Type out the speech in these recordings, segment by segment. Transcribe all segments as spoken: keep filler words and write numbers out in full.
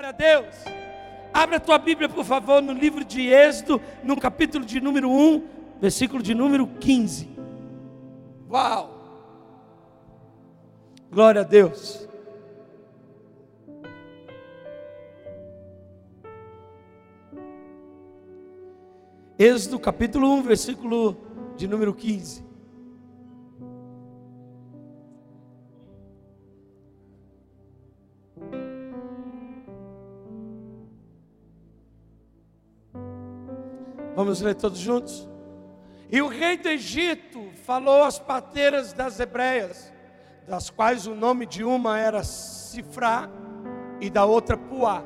Glória a Deus. Abra a tua Bíblia, por favor, no livro de Êxodo, no capítulo de número um, versículo de número quinze. Uau! Glória a Deus. Êxodo capítulo um, versículo de número quinze. Vamos ler todos juntos? E o rei do Egito falou às parteiras das hebreias, das quais o nome de uma era Sifrá e da outra Puá,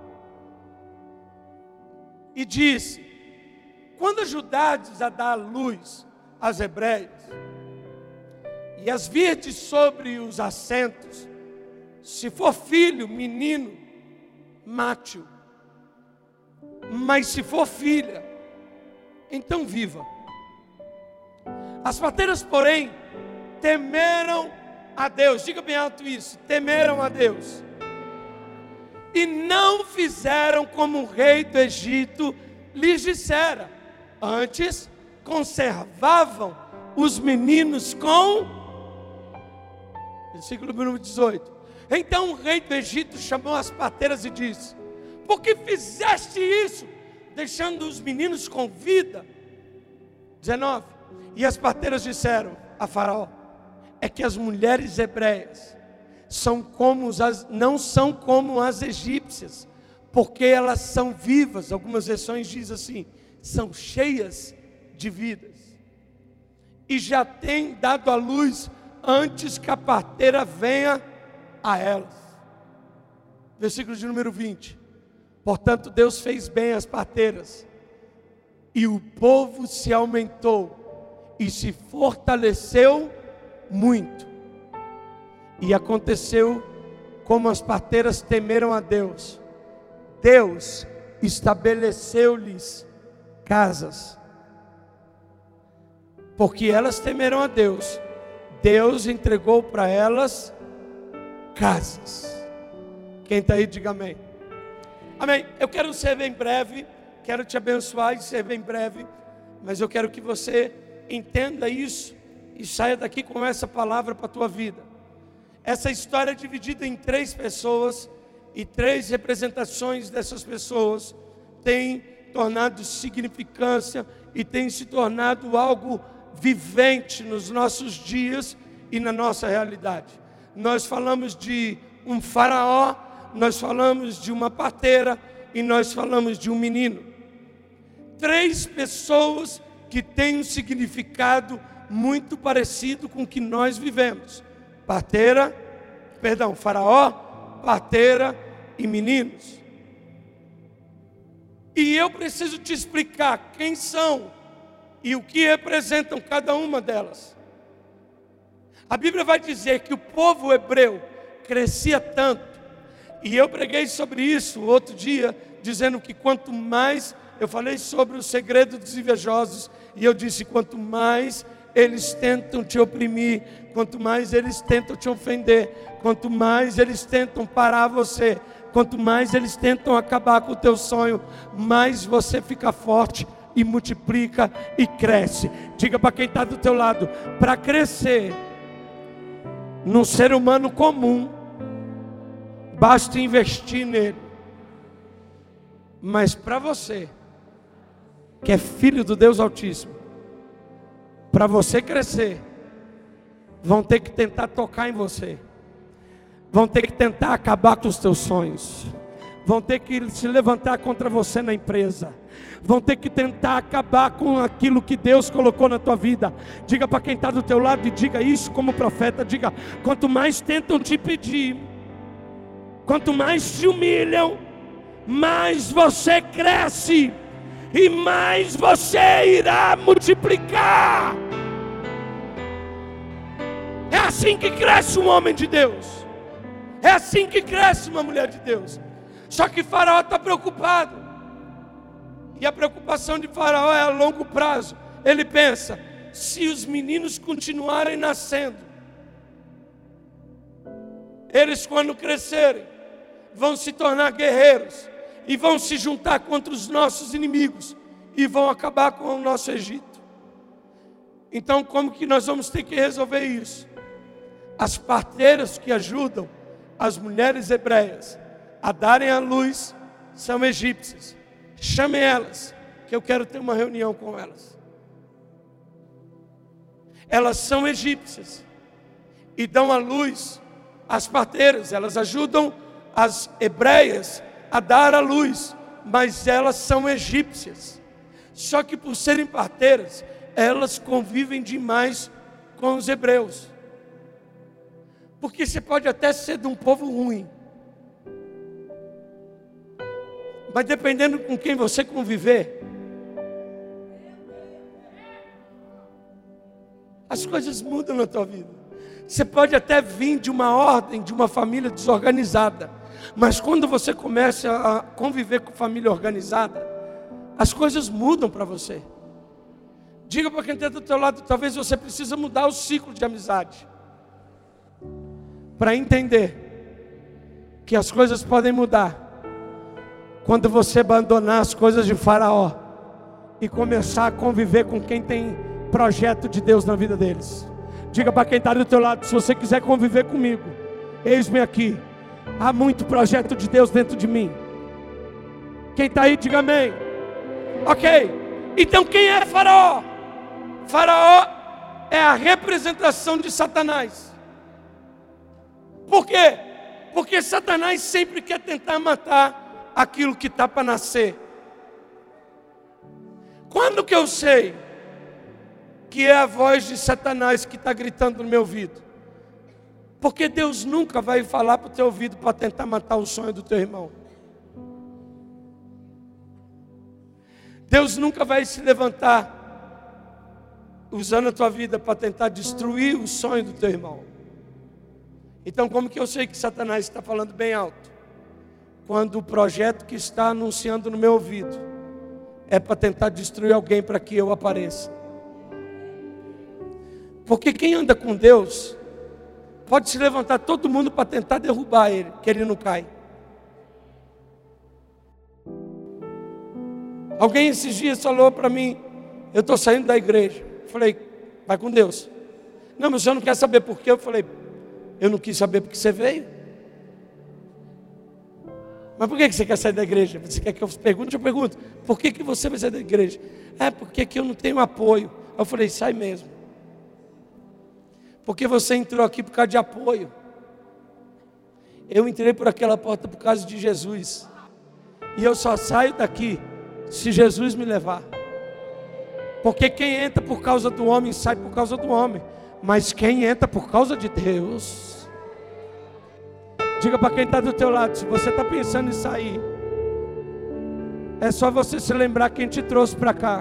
e disse: quando ajudardes a dar luz às hebreias, e as virdes sobre os assentos, se for filho, menino, mate-o, mas se for filha, então viva. As parteiras, porém, temeram a Deus. Diga bem alto isso: temeram a Deus, e não fizeram como o rei do Egito lhes dissera. Antes, conservavam os meninos com... Versículo número dezoito. Então o rei do Egito chamou as parteiras e disse: por que fizeste isso, deixando os meninos com vida? dezenove. E as parteiras disseram a Faraó: é que as mulheres hebreias são como as, não são como as egípcias, porque elas são vivas. Algumas versões dizem assim: são cheias de vidas, e já têm dado à luz antes que a parteira venha a elas. Versículo de número vinte. Portanto, Deus fez bem às parteiras, e o povo se aumentou e se fortaleceu muito. E aconteceu como as parteiras temeram a Deus, Deus estabeleceu-lhes casas. Porque elas temeram a Deus, Deus entregou para elas casas. Quem está aí, diga amém. Amém. Eu quero ser bem breve, quero te abençoar e ser bem breve, mas eu quero que você entenda isso e saia daqui com essa palavra para a tua vida. Essa história é dividida em três pessoas, e três representações dessas pessoas têm tornado significância e tem se tornado algo vivente nos nossos dias e na nossa realidade. Nós falamos de um faraó, nós falamos de uma parteira e nós falamos de um menino. Três pessoas que têm um significado muito parecido com o que nós vivemos: parteira, perdão, faraó, parteira e meninos. E eu preciso te explicar quem são e o que representam cada uma delas. A Bíblia vai dizer que o povo hebreu crescia tanto, e eu preguei sobre isso outro dia, dizendo que quanto mais, eu falei sobre o segredo dos invejosos, e eu disse: quanto mais eles tentam te oprimir, quanto mais eles tentam te ofender, quanto mais eles tentam parar você, quanto mais eles tentam acabar com o teu sonho, mais você fica forte e multiplica e cresce. Diga para quem está do teu lado: para crescer num ser humano comum, basta investir nele. Mas para você, que é filho do Deus Altíssimo, para você crescer, vão ter que tentar tocar em você, vão ter que tentar acabar com os teus sonhos, vão ter que se levantar contra você na empresa, vão ter que tentar acabar com aquilo que Deus colocou na tua vida. Diga para quem está do teu lado e diga isso como profeta: diga, quanto mais tentam te pedir, quanto mais te humilham, mais você cresce e mais você irá multiplicar. É assim que cresce um homem de Deus, é assim que cresce uma mulher de Deus. Só que Faraó está preocupado, e a preocupação de Faraó é a longo prazo. Ele pensa: se os meninos continuarem nascendo, eles quando crescerem vão se tornar guerreiros e vão se juntar contra os nossos inimigos e vão acabar com o nosso Egito. Então, como que nós vamos ter que resolver isso? As parteiras que ajudam as mulheres hebreias a darem à luz são egípcias. Chamem elas, que eu quero ter uma reunião com elas. Elas são egípcias e dão à luz as parteiras. Elas ajudam as hebreias a dar à luz, mas elas são egípcias. Só que por serem parteiras, elas convivem demais com os hebreus. Porque você pode até ser de um povo ruim, mas dependendo com quem você conviver, as coisas mudam na tua vida. Você pode até vir de uma ordem, de uma família desorganizada, mas quando você começa a conviver com família organizada, as coisas mudam para você. Diga para quem está do teu lado, talvez você precisa mudar o ciclo de amizade, para entender que as coisas podem mudar quando você abandonar as coisas de Faraó e começar a conviver com quem tem projeto de Deus na vida deles. Diga para quem está do teu lado, se você quiser conviver comigo, eis-me aqui. Há muito projeto de Deus dentro de mim. Quem está aí, diga amém. Ok, então quem é Faraó? Faraó é a representação de Satanás. Por quê? Porque Satanás sempre quer tentar matar aquilo que está para nascer. Quando que eu sei que é a voz de Satanás que está gritando no meu ouvido? Porque Deus nunca vai falar para o teu ouvido para tentar matar o sonho do teu irmão. Deus nunca vai se levantar usando a tua vida para tentar destruir o sonho do teu irmão. Então, como que eu sei que Satanás está falando bem alto? Quando o projeto que está anunciando no meu ouvido é para tentar destruir alguém para que eu apareça. Porque quem anda com Deus pode se levantar todo mundo para tentar derrubar ele, que ele não cai. Alguém esses dias falou para mim, eu estou saindo da igreja. Eu falei, vai com Deus. Não, mas o senhor não quer saber por quê? Eu falei, eu não quis saber porque você veio. Mas por que você quer sair da igreja? Você quer que eu pergunte? Eu pergunto, por que, que você vai sair da igreja? É porque que eu não tenho apoio. Eu falei, sai mesmo. Porque você entrou aqui por causa de apoio. Eu entrei por aquela porta por causa de Jesus. E eu só saio daqui se Jesus me levar. Porque quem entra por causa do homem, sai por causa do homem. Mas quem entra por causa de Deus... Diga para quem está do teu lado, se você está pensando em sair, é só você se lembrar quem te trouxe para cá.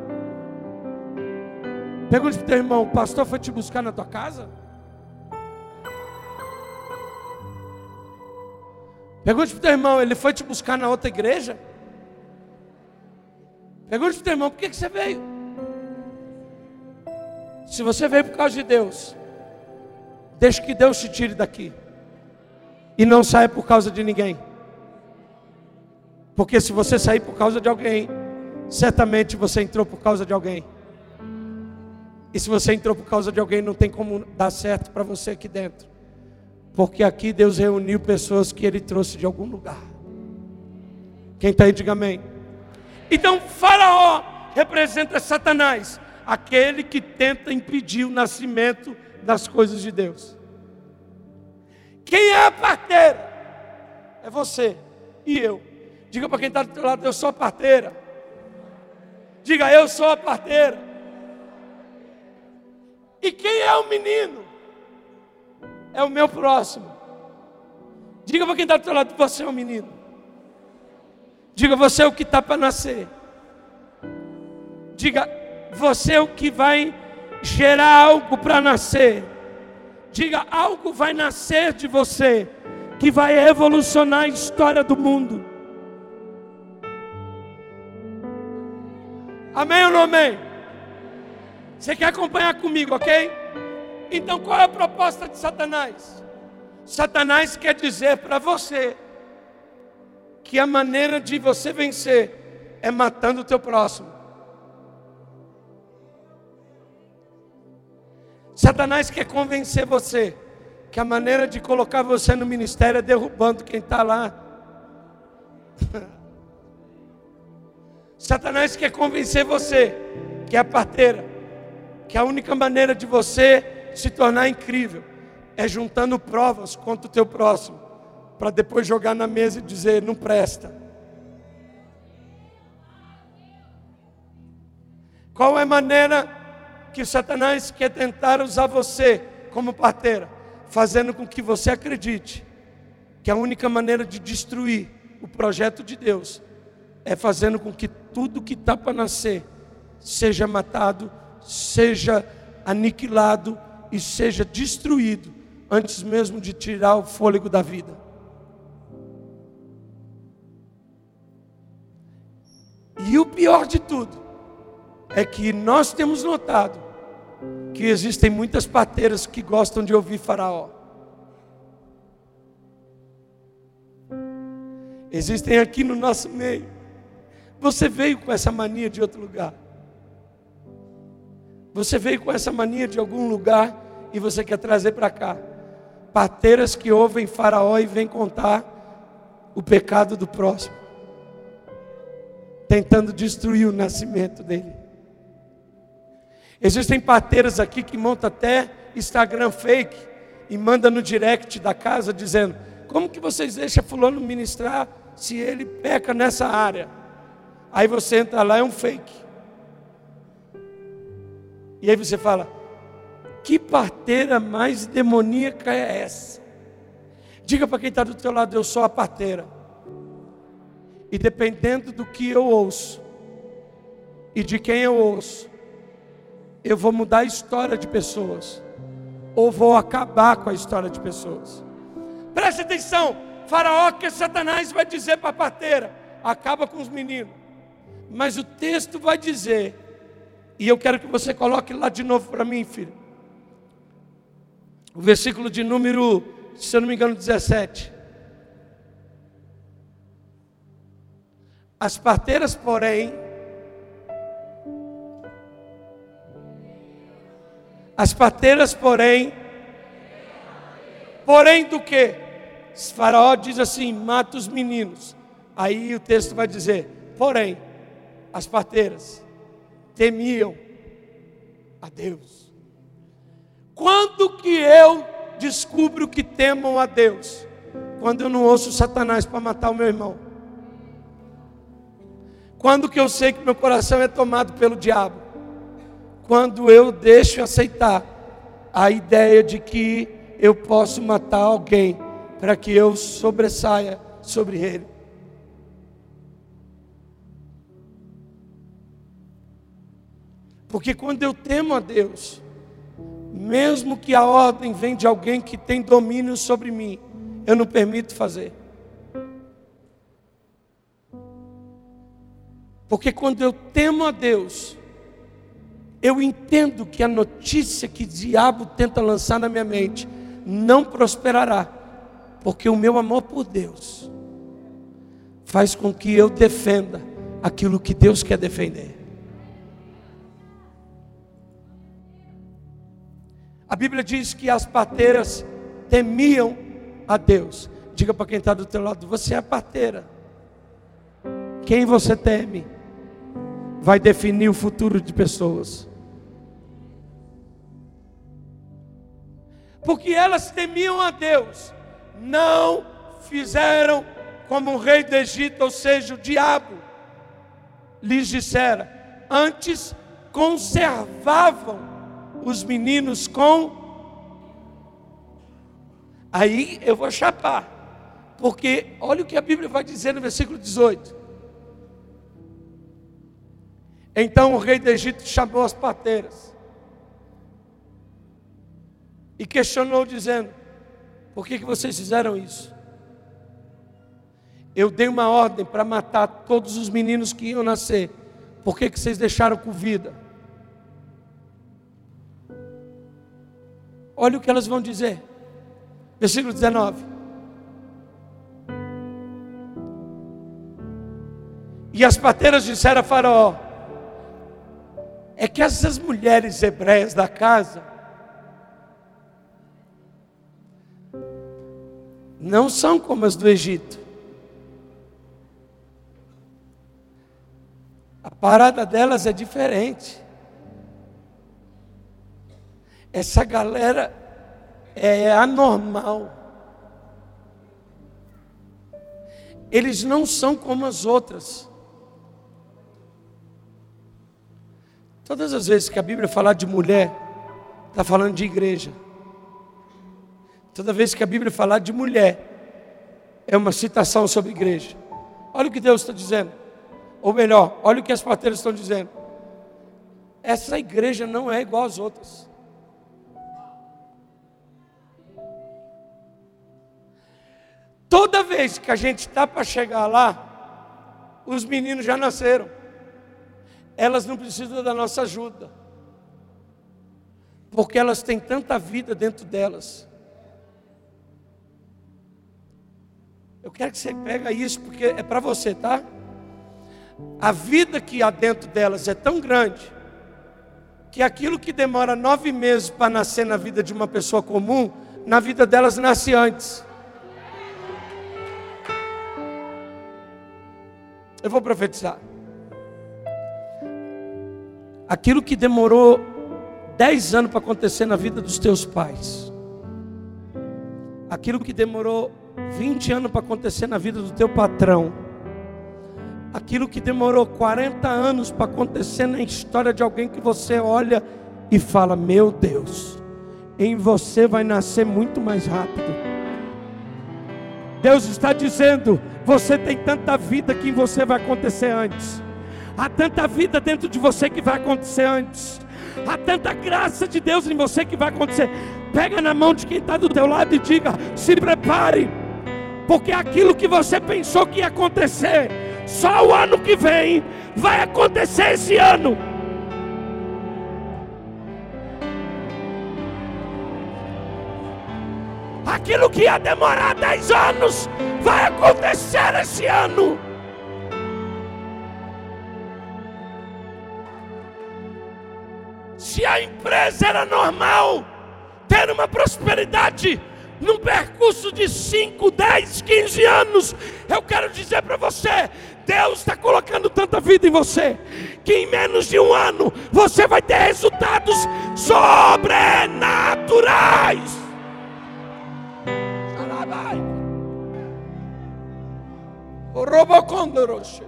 Pergunte para o teu irmão, o pastor foi te buscar na tua casa? Pergunte para o teu irmão, ele foi te buscar na outra igreja? Pergunte para o teu irmão, por que, que você veio? Se você veio por causa de Deus, deixe que Deus te tire daqui. E não saia por causa de ninguém. Porque se você sair por causa de alguém, certamente você entrou por causa de alguém. E se você entrou por causa de alguém, não tem como dar certo para você aqui dentro. Porque aqui Deus reuniu pessoas que Ele trouxe de algum lugar. Quem está aí, diga amém. Então Faraó representa Satanás, aquele que tenta impedir o nascimento das coisas de Deus. Quem é a parteira? É você e eu. Diga para quem está do teu lado, eu sou a parteira. Diga, eu sou a parteira. E quem é o menino? É o meu próximo. Diga para quem está do teu lado, você é o menino. Diga, você é o que está para nascer. Diga, você é o que vai gerar algo para nascer. Diga, algo vai nascer de você, que vai revolucionar a história do mundo. Amém ou não amém? Você quer acompanhar comigo, ok? Então qual é a proposta de Satanás? Satanás quer dizer para você que a maneira de você vencer é matando o teu próximo. Satanás quer convencer você que a maneira de colocar você no ministério é derrubando quem está lá. Satanás quer convencer você que é a parteira, que a única maneira de você se tornar incrível é juntando provas contra o teu próximo, para depois jogar na mesa e dizer, não presta. Qual é a maneira que o Satanás quer tentar usar você como parteira? Fazendo com que você acredite que a única maneira de destruir o projeto de Deus é fazendo com que tudo que está para nascer seja matado, seja aniquilado e seja destruído antes mesmo de tirar o fôlego da vida. E o pior de tudo é que nós temos notado que existem muitas parteiras que gostam de ouvir Faraó. Existem aqui no nosso meio. Você veio com essa mania de outro lugar. Você veio com essa mania de algum lugar e você quer trazer para cá. Parteiras que ouvem Faraó e vêm contar o pecado do próximo, tentando destruir o nascimento dele. Existem parteiras aqui que montam até Instagram fake e mandam no direct da casa dizendo, como que vocês deixam fulano ministrar se ele peca nessa área? Aí você entra lá, é um fake. E aí você fala, que parteira mais demoníaca é essa? Diga para quem está do teu lado, eu sou a parteira. E dependendo do que eu ouço e de quem eu ouço, eu vou mudar a história de pessoas, ou vou acabar com a história de pessoas. Preste atenção, Faraó que Satanás vai dizer para a parteira, acaba com os meninos. Mas o texto vai dizer, e eu quero que você coloque lá de novo para mim, filho. O versículo de número, se eu não me engano, dezessete. As parteiras, porém, as parteiras, porém, porém do que? Faraó diz assim, mata os meninos. Aí o texto vai dizer, porém, as parteiras temiam a Deus. Quando que eu descubro que temam a Deus? Quando eu não ouço Satanás para matar o meu irmão. Quando que eu sei que meu coração é tomado pelo diabo? Quando eu deixo aceitar a ideia de que eu posso matar alguém para que eu sobressaia sobre ele. Porque quando eu temo a Deus, mesmo que a ordem venha de alguém que tem domínio sobre mim, eu não permito fazer. Porque quando eu temo a Deus, eu entendo que a notícia que o diabo tenta lançar na minha mente não prosperará, porque o meu amor por Deus faz com que eu defenda aquilo que Deus quer defender. A Bíblia diz que as parteiras temiam a Deus. Diga para quem está do teu lado, você é a parteira. Quem você teme vai definir o futuro de pessoas. Porque elas temiam a Deus, não fizeram como o rei do Egito, ou seja, o diabo lhes dissera. Antes conservavam os meninos com... Aí eu vou chapar, porque olha o que a Bíblia vai dizer no versículo dezoito. Então o rei do Egito chamou as parteiras e questionou dizendo, por que que vocês fizeram isso? Eu dei uma ordem para matar todos os meninos que iam nascer, por que que vocês deixaram com vida? Olha o que elas vão dizer, versículo dezenove. E as parteiras disseram a Faraó: é que essas mulheres hebreias da casa não são como as do Egito. A parada delas é diferente. Essa galera é anormal. Eles não são como as outras. Todas as vezes que a Bíblia falar de mulher, está falando de igreja. Toda vez que a Bíblia falar de mulher, é uma citação sobre igreja. Olha o que Deus está dizendo. Ou melhor, olha o que as parteiras estão dizendo. Essa igreja não é igual às outras. Toda vez que a gente está para chegar lá, os meninos já nasceram. Elas não precisam da nossa ajuda, porque elas têm tanta vida dentro delas. Eu quero que você pegue isso, porque é para você, tá? A vida que há dentro delas é tão grande, que aquilo que demora nove meses para nascer na vida de uma pessoa comum, na vida delas nasce antes. Eu vou profetizar. Aquilo que demorou dez anos para acontecer na vida dos teus pais, aquilo que demorou vinte anos para acontecer na vida do teu patrão, aquilo que demorou quarenta anos para acontecer na história de alguém que você olha e fala: meu Deus, em você vai nascer muito mais rápido. Deus está dizendo: você tem tanta vida que em você vai acontecer antes. Há tanta vida dentro de você que vai acontecer antes. Há tanta graça de Deus em você que vai acontecer. Pega na mão de quem está do teu lado e diga: se prepare, porque aquilo que você pensou que ia acontecer só o ano que vem, vai acontecer esse ano. Aquilo que ia demorar dez anos, vai acontecer esse ano. Se a empresa era normal ter uma prosperidade num percurso de cinco, dez, quinze anos, eu quero dizer para você: Deus está colocando tanta vida em você, que em menos de um ano você vai ter resultados sobrenaturais. O Robocondoroche.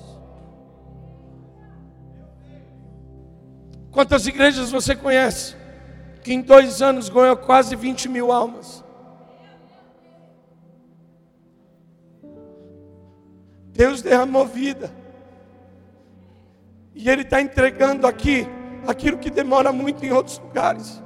Quantas igrejas você conhece que em dois anos ganhou quase vinte mil almas? Deus derramou vida, e Ele está entregando aqui aquilo que demora muito em outros lugares.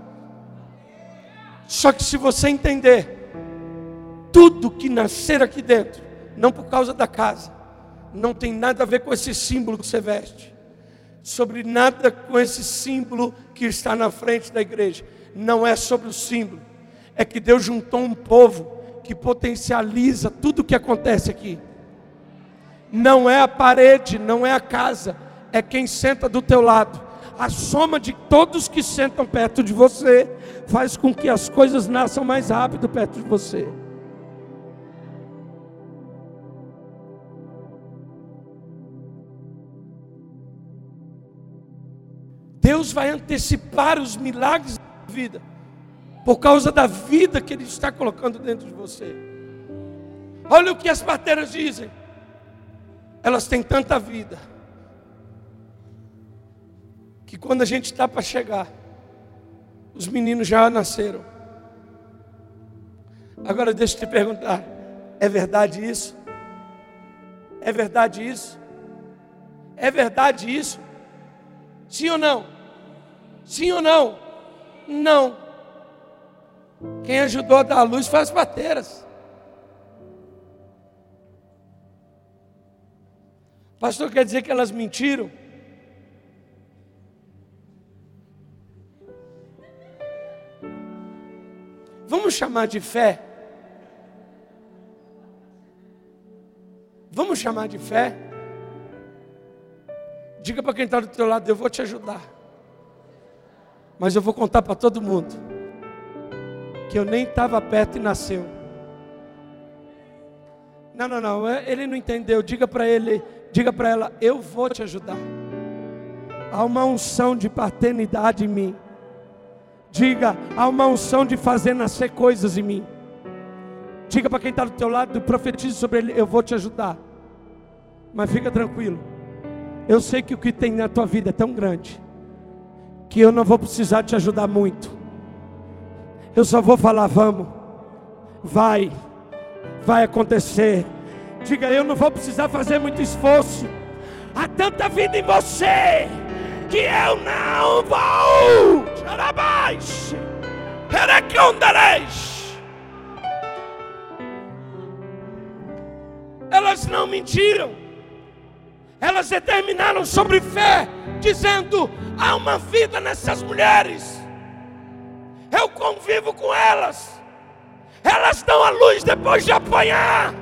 Só que se você entender, tudo que nascer aqui dentro, não por causa da casa, não tem nada a ver com esse símbolo que você veste, sobre nada com esse símbolo que está na frente da igreja. Não é sobre o símbolo, é que Deus juntou um povo que potencializa tudo o que acontece aqui. Não é a parede, não é a casa, é quem senta do teu lado. A soma de todos que sentam perto de você faz com que as coisas nasçam mais rápido perto de você. Deus vai antecipar os milagres da vida, por causa da vida que Ele está colocando dentro de você. Olha o que as parteiras dizem. Elas têm tanta vida, que quando a gente está para chegar, os meninos já nasceram. Agora deixa eu te perguntar: é verdade isso? É verdade isso? É verdade isso? Sim ou não? Sim ou não? Não. Quem ajudou a dar a luz foi as parteiras. Pastor, quer dizer que elas mentiram? Vamos chamar de fé? Vamos chamar de fé? Diga para quem está do teu lado, eu vou te ajudar. Mas eu vou contar para todo mundo que eu nem estava perto e nasceu. Não, não, não, ele não entendeu. Diga para ele, diga para ela, eu vou te ajudar. Há uma unção de paternidade em mim. Diga, há uma unção de fazer nascer coisas em mim. Diga para quem está do teu lado, profetize sobre ele, eu vou te ajudar. Mas fica tranquilo. Eu sei que o que tem na tua vida é tão grande que eu não vou precisar te ajudar muito. Eu só vou falar, vamos. Vai. Vai acontecer. Diga, eu não vou precisar fazer muito esforço. Há tanta vida em você que eu não vou. Elas não mentiram. Elas determinaram sobre fé, dizendo, há uma vida nessas mulheres. Eu convivo com elas. Elas dão a luz depois de apanhar.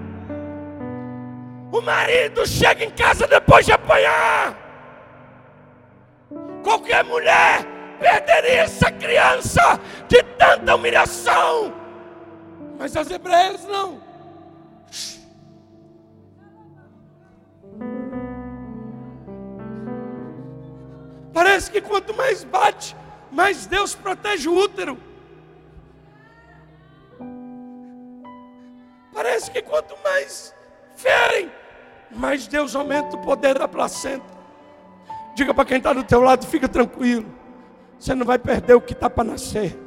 O marido chega em casa depois de apanhar. Qualquer mulher perderia essa criança de tanta humilhação. Mas as hebreias não. Parece que quanto mais bate, mais Deus protege o útero. Parece que quanto mais ferem, mais Deus aumenta o poder da placenta. Diga para quem está do teu lado, fica tranquilo. Você não vai perder o que está para nascer.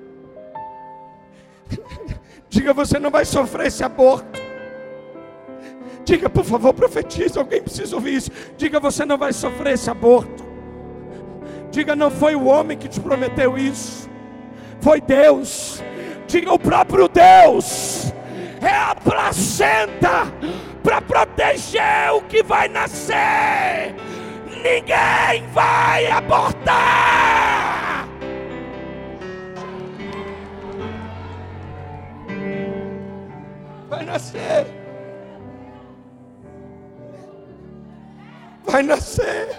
Diga, você não vai sofrer esse aborto. Diga, por favor, profetize, alguém precisa ouvir isso. Diga, você não vai sofrer esse aborto. Diga, não foi o homem que te prometeu isso. Foi Deus. Diga, o próprio Deus. É a placenta para proteger o que vai nascer. Ninguém vai abortar. Vai nascer. Vai nascer.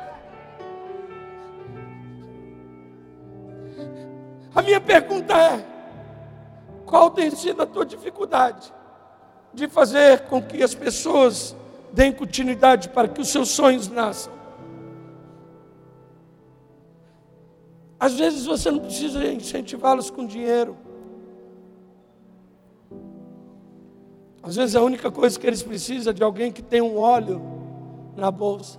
A minha pergunta é: qual tem sido a tua dificuldade de fazer com que as pessoas deem continuidade para que os seus sonhos nasçam? Às vezes você não precisa incentivá-los com dinheiro. Às vezes a única coisa que eles precisam é de alguém que tem um óleo na bolsa.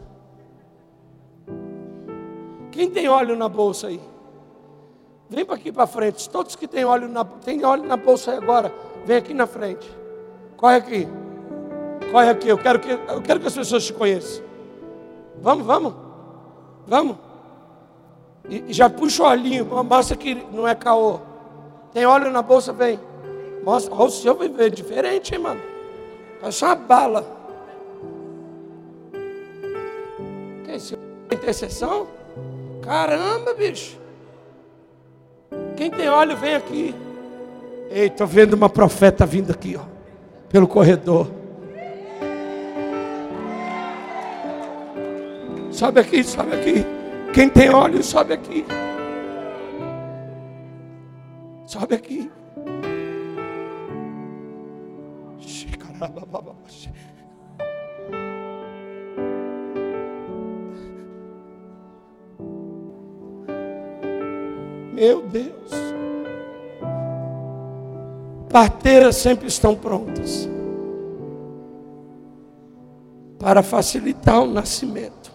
Quem tem óleo na bolsa aí? Vem para aqui para frente. Todos que têm óleo na, tem óleo na bolsa aí agora, vem aqui na frente. Corre aqui. Corre aqui. Eu quero que, eu quero que as pessoas te conheçam. Vamos, vamos. Vamos. E, e já puxa o olhinho. Mostra que não é caô. Tem óleo na bolsa, vem. Mostra. Olha o seu, é diferente, hein, mano. Parece uma bala. Que é isso? Intercessão? Caramba, bicho. Quem tem óleo, vem aqui. Ei, estou vendo uma profeta vindo aqui, ó, pelo corredor. Sobe aqui, sobe aqui. Quem tem óleo, sobe aqui. Sobe aqui. Meu Deus. Parteiras sempre estão prontas para facilitar o nascimento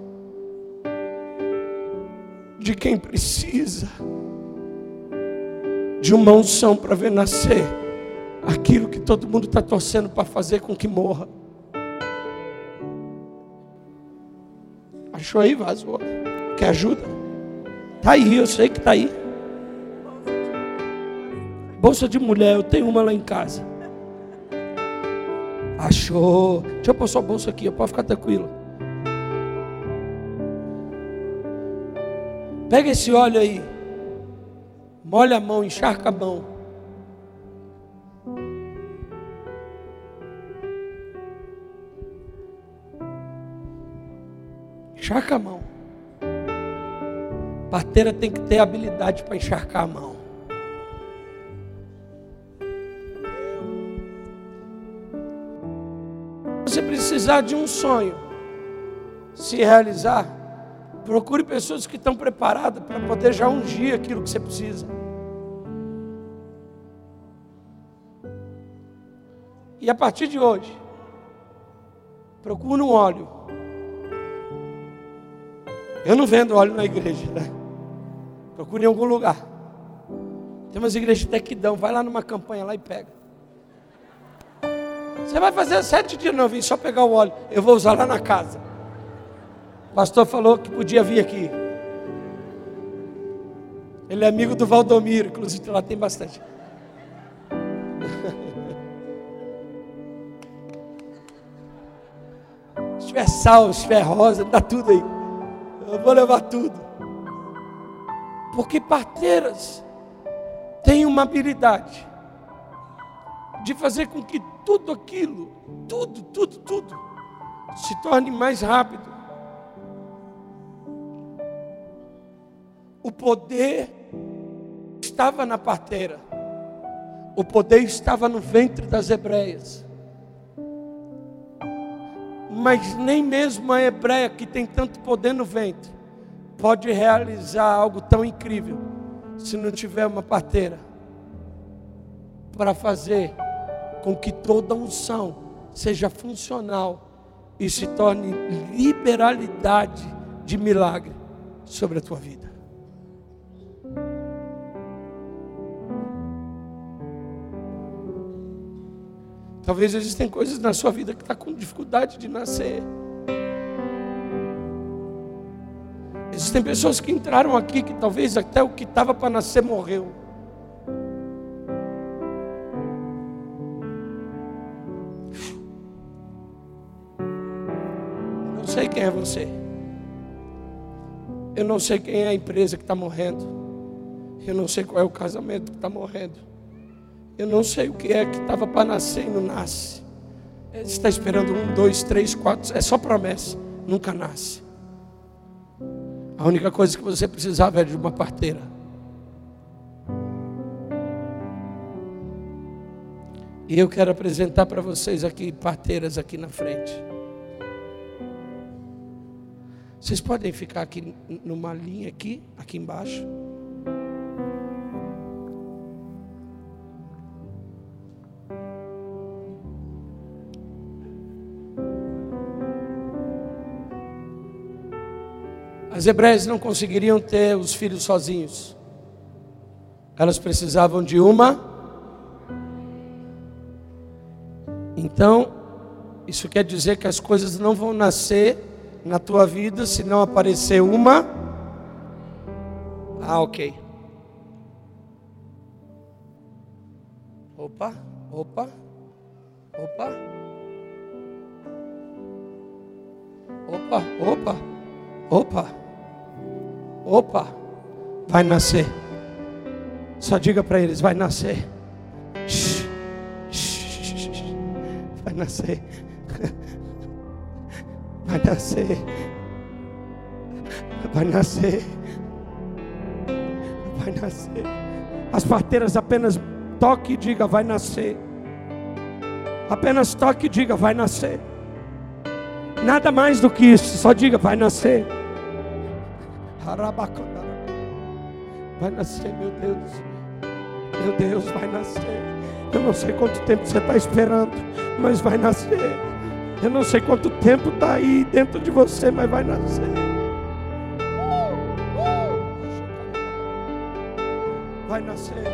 de quem precisa de uma unção para ver nascer aquilo que todo mundo está torcendo para fazer com que morra. Achou aí, vazou? Quer ajuda? Está aí, eu sei que está aí. Bolsa de mulher, eu tenho uma lá em casa. Achou? Deixa eu pôr sua bolsa aqui, pode ficar tranquilo. Pega esse óleo aí. Molha a mão, encharca a mão. Encharca a mão. Parteira tem que ter habilidade para encharcar a mão. Se você precisar de um sonho se realizar, procure pessoas que estão preparadas para poder já ungir aquilo que você precisa. E a partir de hoje, procure um óleo. Eu não vendo óleo na igreja, né? Procure em algum lugar. Tem umas igrejas até que dão. Vai lá numa campanha lá e pega. Você vai fazer sete dias, não, vim só pegar o óleo. Eu vou usar lá na casa. O pastor falou que podia vir aqui. Ele é amigo do Valdomiro, inclusive lá tem bastante. Se tiver sal, se tiver rosa, dá tudo aí. Eu vou levar tudo. Porque parteiras têm uma habilidade de fazer com que tudo aquilo, tudo, tudo, tudo, se torne mais rápido. O poder estava na parteira. O poder estava no ventre das hebreias. Mas nem mesmo a hebreia, que tem tanto poder no ventre, pode realizar algo tão incrível se não tiver uma parteira para fazer com que toda unção seja funcional e se torne liberalidade de milagre sobre a tua vida. Talvez existem coisas na sua vida que está com dificuldade de nascer. Existem pessoas que entraram aqui que talvez até o que estava para nascer morreu. Eu não sei quem é você. Eu não sei quem é a empresa que está morrendo. Eu não sei qual é o casamento que está morrendo. Eu não sei o que é que estava para nascer e não nasce. Você está esperando um, dois, três, quatro. É só promessa. Nunca nasce. A única coisa que você precisava era de uma parteira. E eu quero apresentar para vocês aqui parteiras aqui na frente. Vocês podem ficar aqui numa linha aqui, aqui embaixo. As hebreias não conseguiriam ter os filhos sozinhos. Elas precisavam de uma. Então, isso quer dizer que as coisas não vão nascer na tua vida se não aparecer uma. Ah, ok. Opa, opa, opa. Opa, opa, opa. Opa, vai nascer. Só diga para eles, vai nascer. Shhh, shhh, shhh. Vai nascer. Vai nascer. Vai nascer. Vai nascer. As parteiras apenas toque e diga, vai nascer. Apenas toque e diga, vai nascer. Nada mais do que isso, só diga, vai nascer. Vai nascer, meu Deus. Meu Deus, vai nascer. Eu não sei quanto tempo você está esperando, mas vai nascer. Eu não sei quanto tempo está aí dentro de você, mas vai nascer. Vai nascer.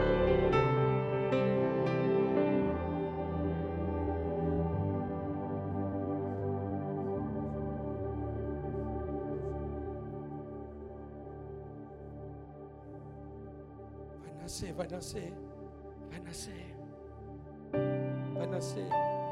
Vai nascer, vai nascer, vai nascer.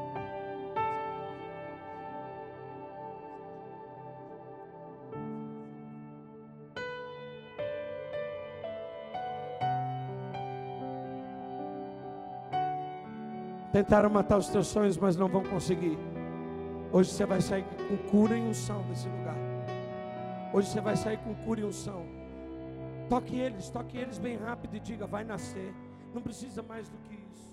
Tentaram matar os teus sonhos, mas não vão conseguir. Hoje você vai sair com cura e unção desse lugar. Hoje você vai sair com cura e unção. Toque eles, toque eles bem rápido e diga: vai nascer. Não precisa mais do que isso.